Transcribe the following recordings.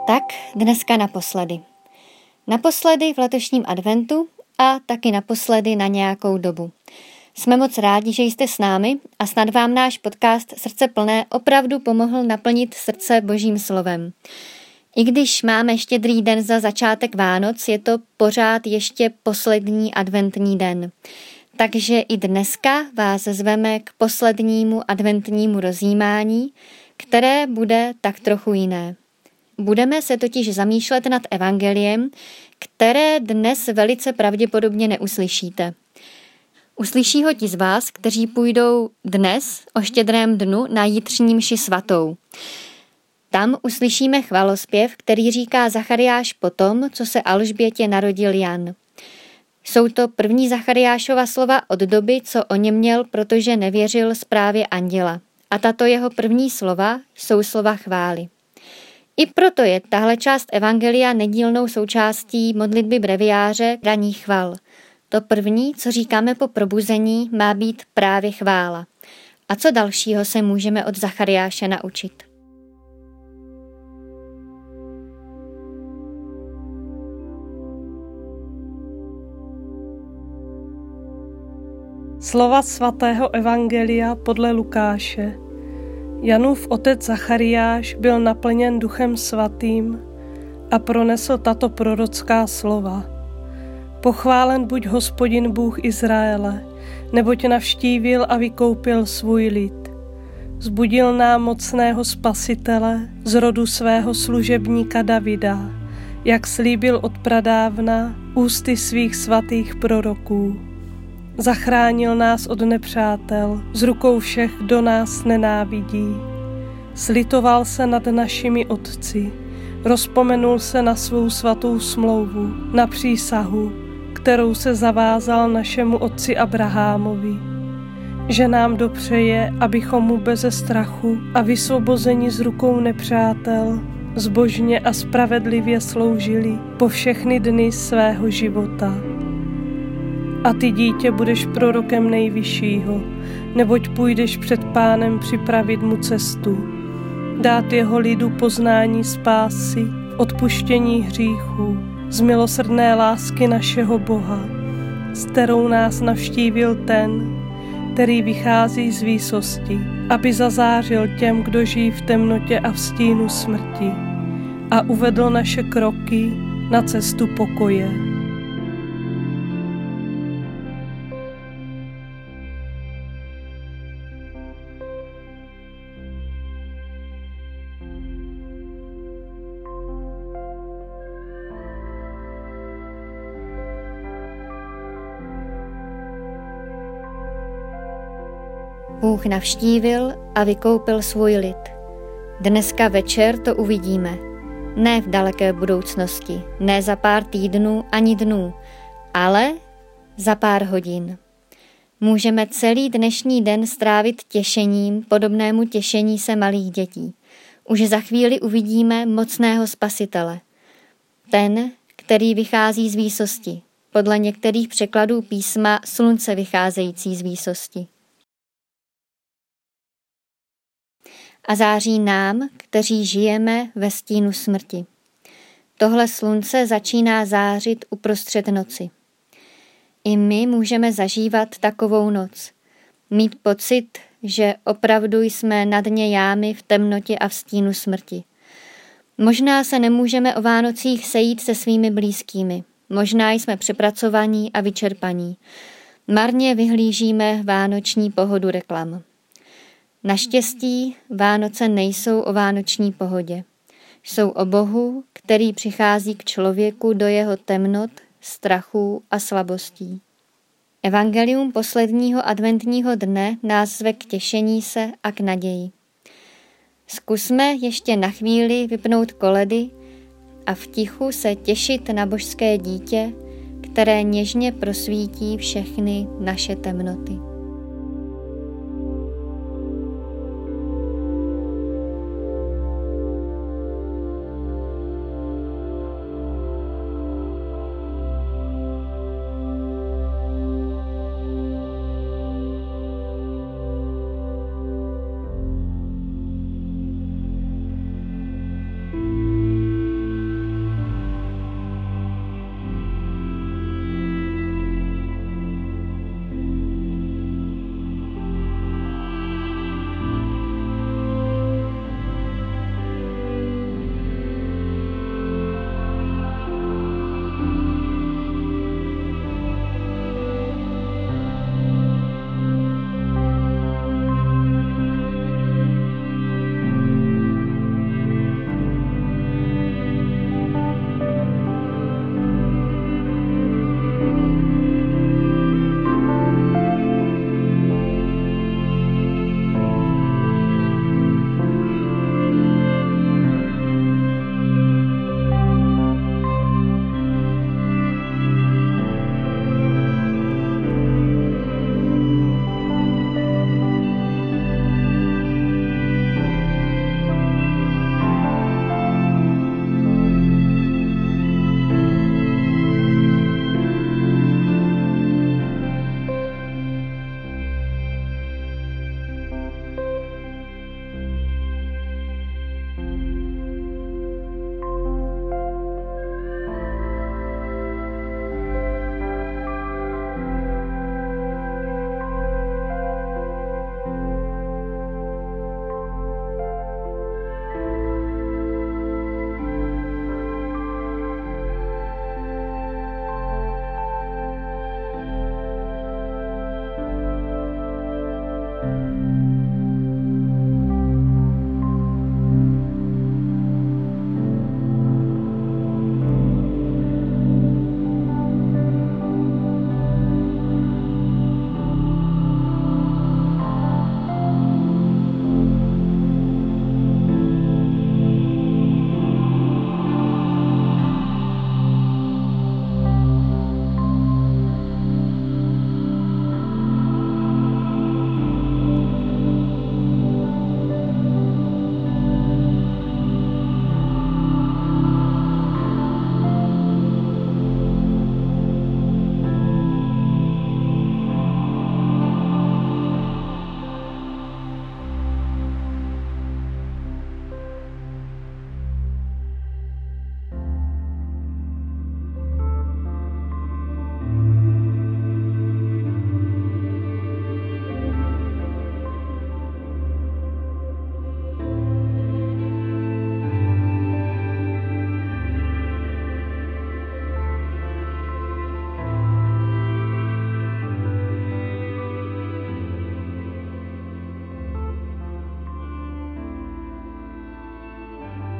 Tak dneska naposledy. Naposledy v letošním adventu a taky naposledy na nějakou dobu. Jsme moc rádi, že jste s námi a snad vám náš podcast Srdce plné opravdu pomohl naplnit srdce Božím slovem. I když máme Štědrý den za začátek Vánoc, je to pořád ještě poslední adventní den. Takže i dneska vás zveme k poslednímu adventnímu rozjímání, které bude tak trochu jiné. Budeme se totiž zamýšlet nad evangeliem, které dnes velice pravděpodobně neuslyšíte. Uslyší ho ti z vás, kteří půjdou dnes o Štědrém dnu na jitřní mši svatou. Tam uslyšíme chvalospěv, který říká Zachariáš po tom, co se Alžbětě narodil Jan. Jsou to první Zachariášova slova od doby, co o něm měl, protože nevěřil zprávě anděla. A tato jeho první slova jsou slova chvály. I proto je tahle část evangelia nedílnou součástí modlitby breviáře ranních chval. To první, co říkáme po probuzení, má být právě chvála. A co dalšího se můžeme od Zachariáše naučit? Slova svatého evangelia podle Lukáše. Janův otec Zachariáš byl naplněn Duchem svatým a pronesl tato prorocká slova. Pochválen buď Hospodin Bůh Izraele, neboť navštívil a vykoupil svůj lid. Zbudil nám mocného spasitele z rodu svého služebníka Davida, jak slíbil od pradávna ústy svých svatých proroků. Zachránil nás od nepřátel, z rukou všech, kdo nás nenávidí. Slitoval se nad našimi otci, rozpomenul se na svou svatou smlouvu, na přísahu, kterou se zavázal našemu otci Abrahamovi, že nám dopřeje, abychom mu beze strachu a vysvobozeni z rukou nepřátel zbožně a spravedlivě sloužili po všechny dny svého života. A ty, dítě, budeš prorokem Nejvyššího, neboť půjdeš před Pánem připravit mu cestu, dát jeho lidu poznání spásy, odpuštění hříchů, z milosrdné lásky našeho Boha, s kterou nás navštívil ten, který vychází z výsosti, aby zazářil těm, kdo žijí v temnotě a v stínu smrti, a uvedl naše kroky na cestu pokoje. Bůh navštívil a vykoupil svůj lid. Dneska večer to uvidíme. Ne v daleké budoucnosti, ne za pár týdnů ani dnů, ale za pár hodin. Můžeme celý dnešní den strávit těšením, podobnému těšení se malých dětí. Už za chvíli uvidíme mocného spasitele. Ten, který vychází z výsosti. Podle některých překladů písma slunce vycházející z výsosti. A září nám, kteří žijeme ve stínu smrti. Tohle slunce začíná zářit uprostřed noci. I my můžeme zažívat takovou noc. Mít pocit, že opravdu jsme na dně jámy v temnotě a v stínu smrti. Možná se nemůžeme o Vánocích sejít se svými blízkými. Možná jsme přepracovaní a vyčerpaní. Marně vyhlížíme vánoční pohodu reklam. Naštěstí Vánoce nejsou o vánoční pohodě. Jsou o Bohu, který přichází k člověku do jeho temnot, strachů a slabostí. Evangelium posledního adventního dne nás zve k těšení se a k naději. Zkusme ještě na chvíli vypnout koledy a v tichu se těšit na božské dítě, které něžně prosvítí všechny naše temnoty.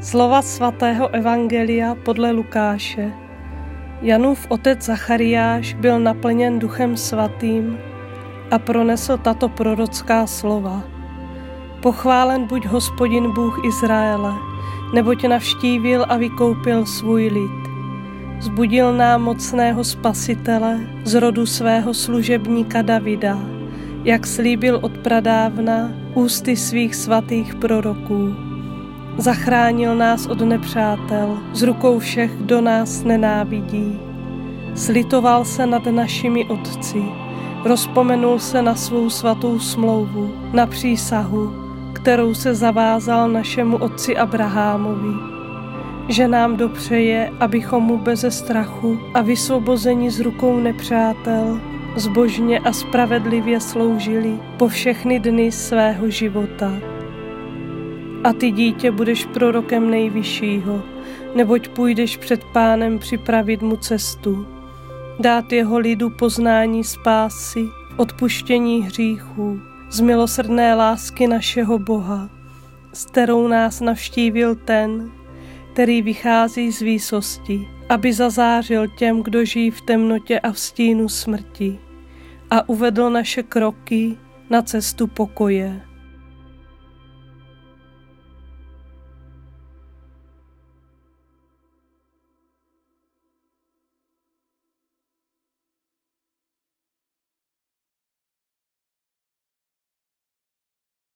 Slova svatého evangelia podle Lukáše. Janův otec Zachariáš byl naplněn Duchem svatým a pronesl tato prorocká slova. Pochválen buď Hospodin Bůh Izraele, neboť navštívil a vykoupil svůj lid. Zbudil nám mocného spasitele z rodu svého služebníka Davida, jak slíbil od pradávna ústy svých svatých proroků. Zachránil nás od nepřátel, z rukou všech, kdo nás nenávidí. Slitoval se nad našimi otci, rozpomenul se na svou svatou smlouvu, na přísahu, kterou se zavázal našemu otci Abrahamovi, že nám dopřeje, abychom mu beze strachu a vysvobozeni z rukou nepřátel zbožně a spravedlivě sloužili po všechny dny svého života. A ty, dítě, budeš prorokem Nejvyššího, neboť půjdeš před Pánem připravit mu cestu, dát jeho lidu poznání spásy, odpuštění hříchů, z milosrdné lásky našeho Boha, s kterou nás navštívil ten, který vychází z výsosti, aby zazářil těm, kdo žijí v temnotě a v stínu smrti, a uvedl naše kroky na cestu pokoje.